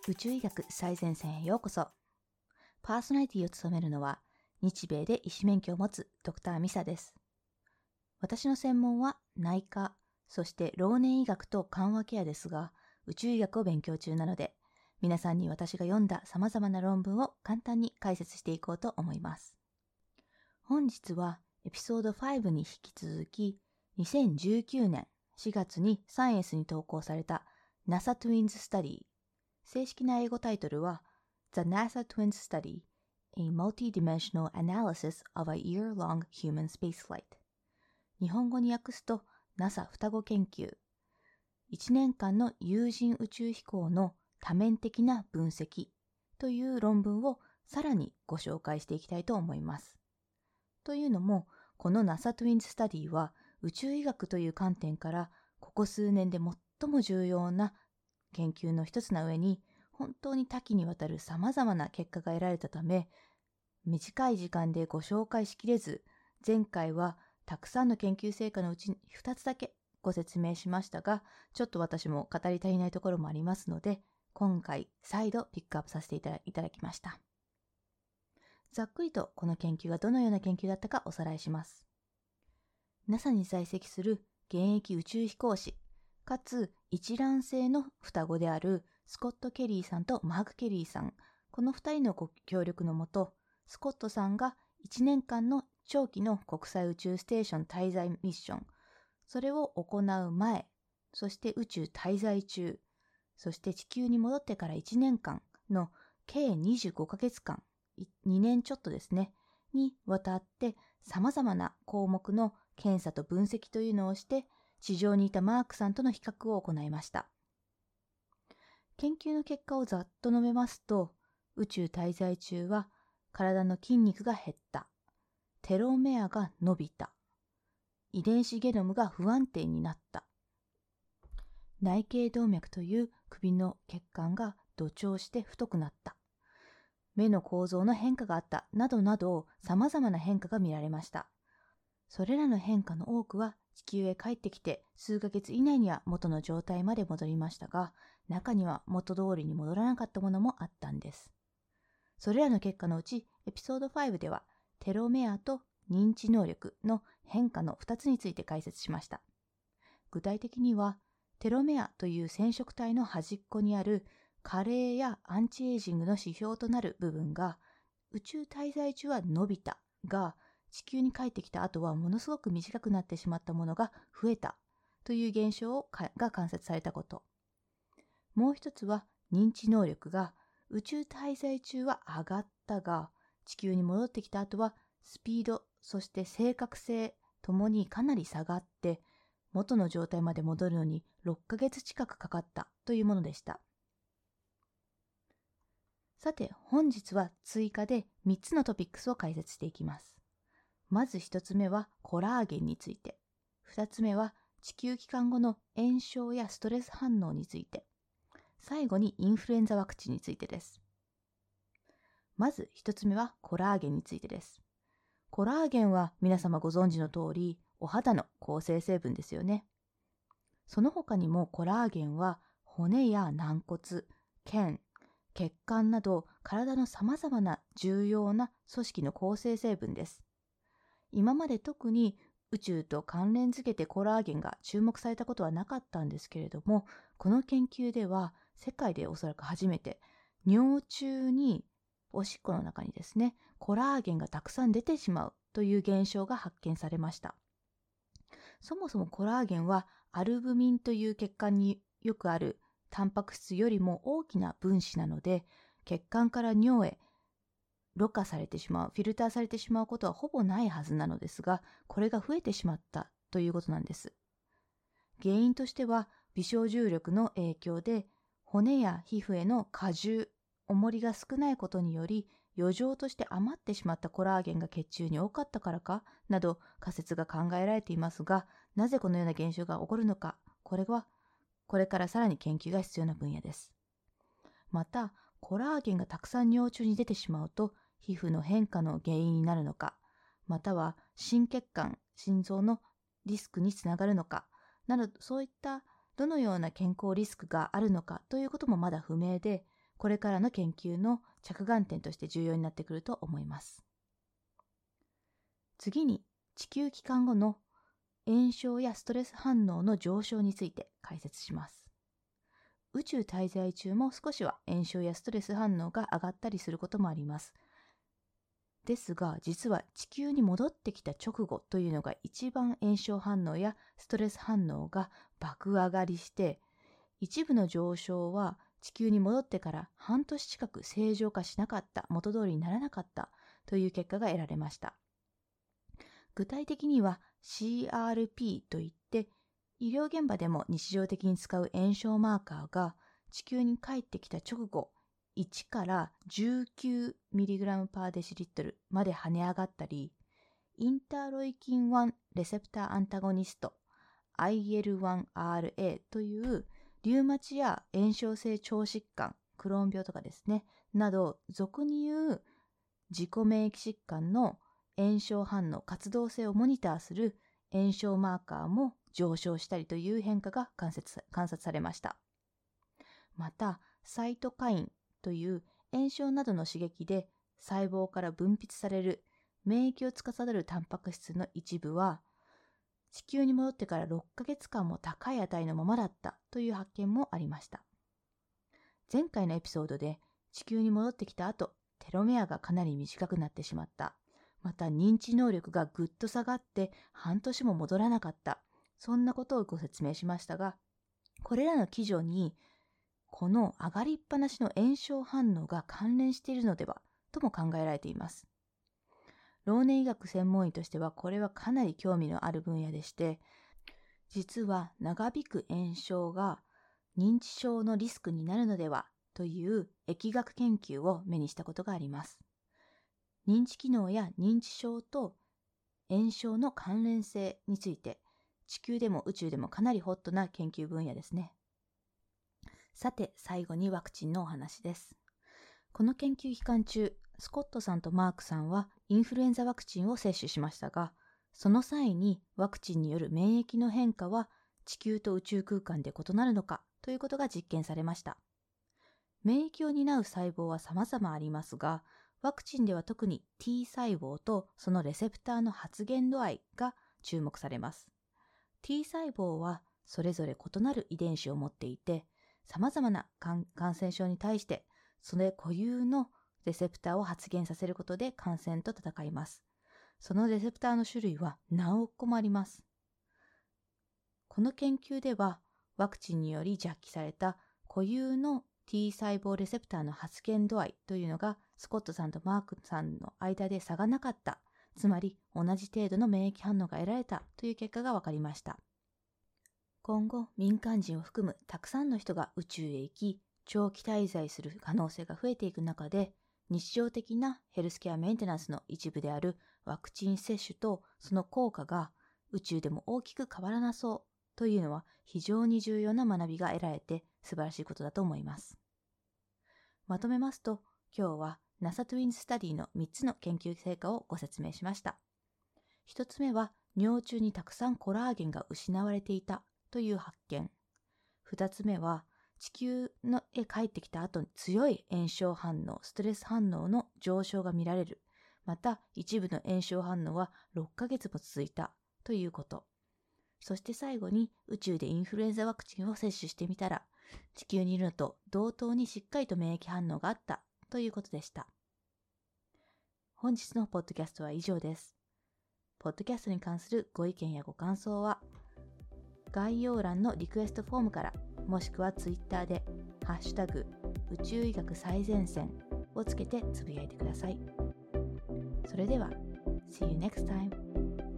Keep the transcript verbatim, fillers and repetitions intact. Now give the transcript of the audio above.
宇宙医学最前線へようこそ。パーソナリティを務めるのは、日米で医師免許を持つドクターミサです。私の専門は内科、そして老年医学と緩和ケアですが、宇宙医学を勉強中なので、皆さんに私が読んだ様々な論文を簡単に解説していこうと思います。本日はエピソードごに引き続き、にせんじゅうきゅうねんしがつにサイエンスに投稿された NASA Twins Study、正式な英語タイトルは The NASA Twins Study, a Multidimensional Analysis of a Year-Long Human Spaceflight。日本語に訳すと ナサ 双子研究、いちねんかんの有人宇宙飛行の多面的な分析という論文をさらにご紹介していきたいと思います。というのも、この NASA Twins Study は宇宙医学という観点からここ数年で最も重要な研究の一つな上に、本当に多岐にわたる様々な結果が得られたため、短い時間でご紹介しきれず、前回はたくさんの研究成果のうちふたつだけご説明しましたが、ちょっと私も語り足りないところもありますので、今回再度ピックアップさせていただいただきました。ざっくりとこの研究がどのような研究だったかおさらいします。ナサ に在籍する現役宇宙飛行士、かつ一卵性の双子であるスコット・ケリーさんとマーク・ケリーさん、この二人のご協力のもと、スコットさんがいちねんかんの長期の国際宇宙ステーション滞在ミッション、それを行う前、そして宇宙滞在中、そして地球に戻ってからいちねんかんの計にじゅうごかげつかん、にねんちょっとですね、にわたって様々な項目の検査と分析というのをして、地上にいたマークさんとの比較を行いました。研究の結果をざっと述べますと、宇宙滞在中は体の筋肉が減った、テロメアが伸びた、遺伝子ゲノムが不安定になった、内頸動脈という首の血管が度長して太くなった、目の構造の変化があったなどなど様々な変化が見られました。それらの変化の多くは地球へ帰ってきて数ヶ月以内には元の状態まで戻りましたが、中には元通りに戻らなかったものもあったんです。それらの結果のうちエピソードごではテロメアと認知能力の変化のふたつについて解説しました。具体的にはテロメアという染色体の端っこにある加齢やアンチエイジングの指標となる部分が宇宙滞在中は伸びたが、地球に帰ってきた後はものすごく短くなってしまったものが増えたという現象が観察されたこと。もう一つは認知能力が宇宙滞在中は上がったが、地球に戻ってきた後はスピード、そして正確性ともにかなり下がって、元の状態まで戻るのにろっかげつ近くかかったというものでした。さて、本日は追加でみっつのトピックスを解説していきます。まず一つ目はコラーゲンについて。二つ目は地球帰還後の炎症やストレス反応について。最後にインフルエンザワクチンについてです。まず一つ目はコラーゲンについてです。コラーゲンは皆様ご存知の通り、お肌の構成成分ですよね。その他にもコラーゲンは骨や軟骨、腱、血管など体の様々な重要な組織の構成成分です。今まで特に宇宙と関連づけてコラーゲンが注目されたことはなかったんですけれども、この研究では世界でおそらく初めて尿中におしっこの中にですね、コラーゲンがたくさん出てしまうという現象が発見されました。そもそもコラーゲンはアルブミンという血管によくあるタンパク質よりも大きな分子なので、血管から尿へろ過されてしまう、フィルターされてしまうことはほぼないはずなのですが、これが増えてしまったということなんです。原因としては、微小重力の影響で、骨や皮膚への荷重、重りが少ないことにより、余剰として余ってしまったコラーゲンが血中に多かったからか、など仮説が考えられていますが、なぜこのような現象が起こるのか、これは、これからさらに研究が必要な分野です。また、コラーゲンがたくさん尿中に出てしまうと、皮膚の変化の原因になるのか、または心血管、心臓のリスクにつながるのか、などそういったどのような健康リスクがあるのかということもまだ不明で、 これからの研究の着眼点として重要になってくると思います。次に、地球帰還後の炎症やストレス反応の上昇について解説します。宇宙滞在中も少しは炎症やストレス反応が上がったりすることもあります。ですが、実は地球に戻ってきた直後というのが一番炎症反応やストレス反応が爆上がりして、一部の上昇は地球に戻ってから半年近く正常化しなかった、元通りにならなかったという結果が得られました。具体的には シーアールピー といって、医療現場でも日常的に使う炎症マーカーが地球に帰ってきた直後、いちからじゅうきゅうミリグラムパーデシリットルまで跳ね上がったり、インターロイキンワンレセプターアンタゴニスト アイエルワンアールエー というリウマチや炎症性腸疾患、クローン病とかですね、など俗に言う自己免疫疾患の炎症反応、活動性をモニターする炎症マーカーも上昇したりという変化が観察、観察されました。また、サイトカインという炎症などの刺激で細胞から分泌される免疫を司るタンパク質の一部は地球に戻ってからろっかげつかんも高い値のままだったという発見もありました。前回のエピソードで地球に戻ってきた後、テロメアがかなり短くなってしまった。また認知能力がぐっと下がって半年も戻らなかった。そんなことをご説明しましたが、これらの基準にこの上がりっぱなしの炎症反応が関連しているのではとも考えられています。老年医学専門医としてはこれはかなり興味のある分野でして、実は長引く炎症が認知症のリスクになるのではという疫学研究を目にしたことがあります。認知機能や認知症と炎症の関連性について、地球でも宇宙でもかなりホットな研究分野ですね。さて、最後にワクチンのお話です。この研究期間中、スコットさんとマークさんはインフルエンザワクチンを接種しましたが、その際にワクチンによる免疫の変化は地球と宇宙空間で異なるのかということが実験されました。免疫を担う細胞は様々ありますが、ワクチンでは特に T 細胞とそのレセプターの発現度合いが注目されます。T 細胞はそれぞれ異なる遺伝子を持っていて、様々な感染症に対してそれ固有のレセプターを発現させることで感染と戦います。そのレセプターの種類は何億個もあります。この研究ではワクチンにより弱気された固有の T 細胞レセプターの発現度合いというのがスコットさんとマークさんの間で差がなかった。つまり同じ程度の免疫反応が得られたという結果が分かりました。今後民間人を含むたくさんの人が宇宙へ行き、長期滞在する可能性が増えていく中で、日常的なヘルスケアメンテナンスの一部であるワクチン接種とその効果が宇宙でも大きく変わらなそうというのは非常に重要な学びが得られて素晴らしいことだと思います。まとめますと、今日は ナサ Twins Study のみっつの研究成果をご説明しました。ひとつめは尿中にたくさんコラーゲンが失われていたという発見。ふたつめは地球のへ帰ってきた後に強い炎症反応、ストレス反応の上昇が見られる。また一部の炎症反応はろっかげつも続いたということ。そして最後に宇宙でインフルエンザワクチンを接種してみたら、地球にいるのと同等にしっかりと免疫反応があったということでした。本日のポッドキャストは以上です。ポッドキャストに関するご意見やご感想は、概要欄のリクエストフォームから、もしくはツイッターで、ハッシュタグ、宇宙医学最前線をつけてつぶやいてください。それでは、See you next time!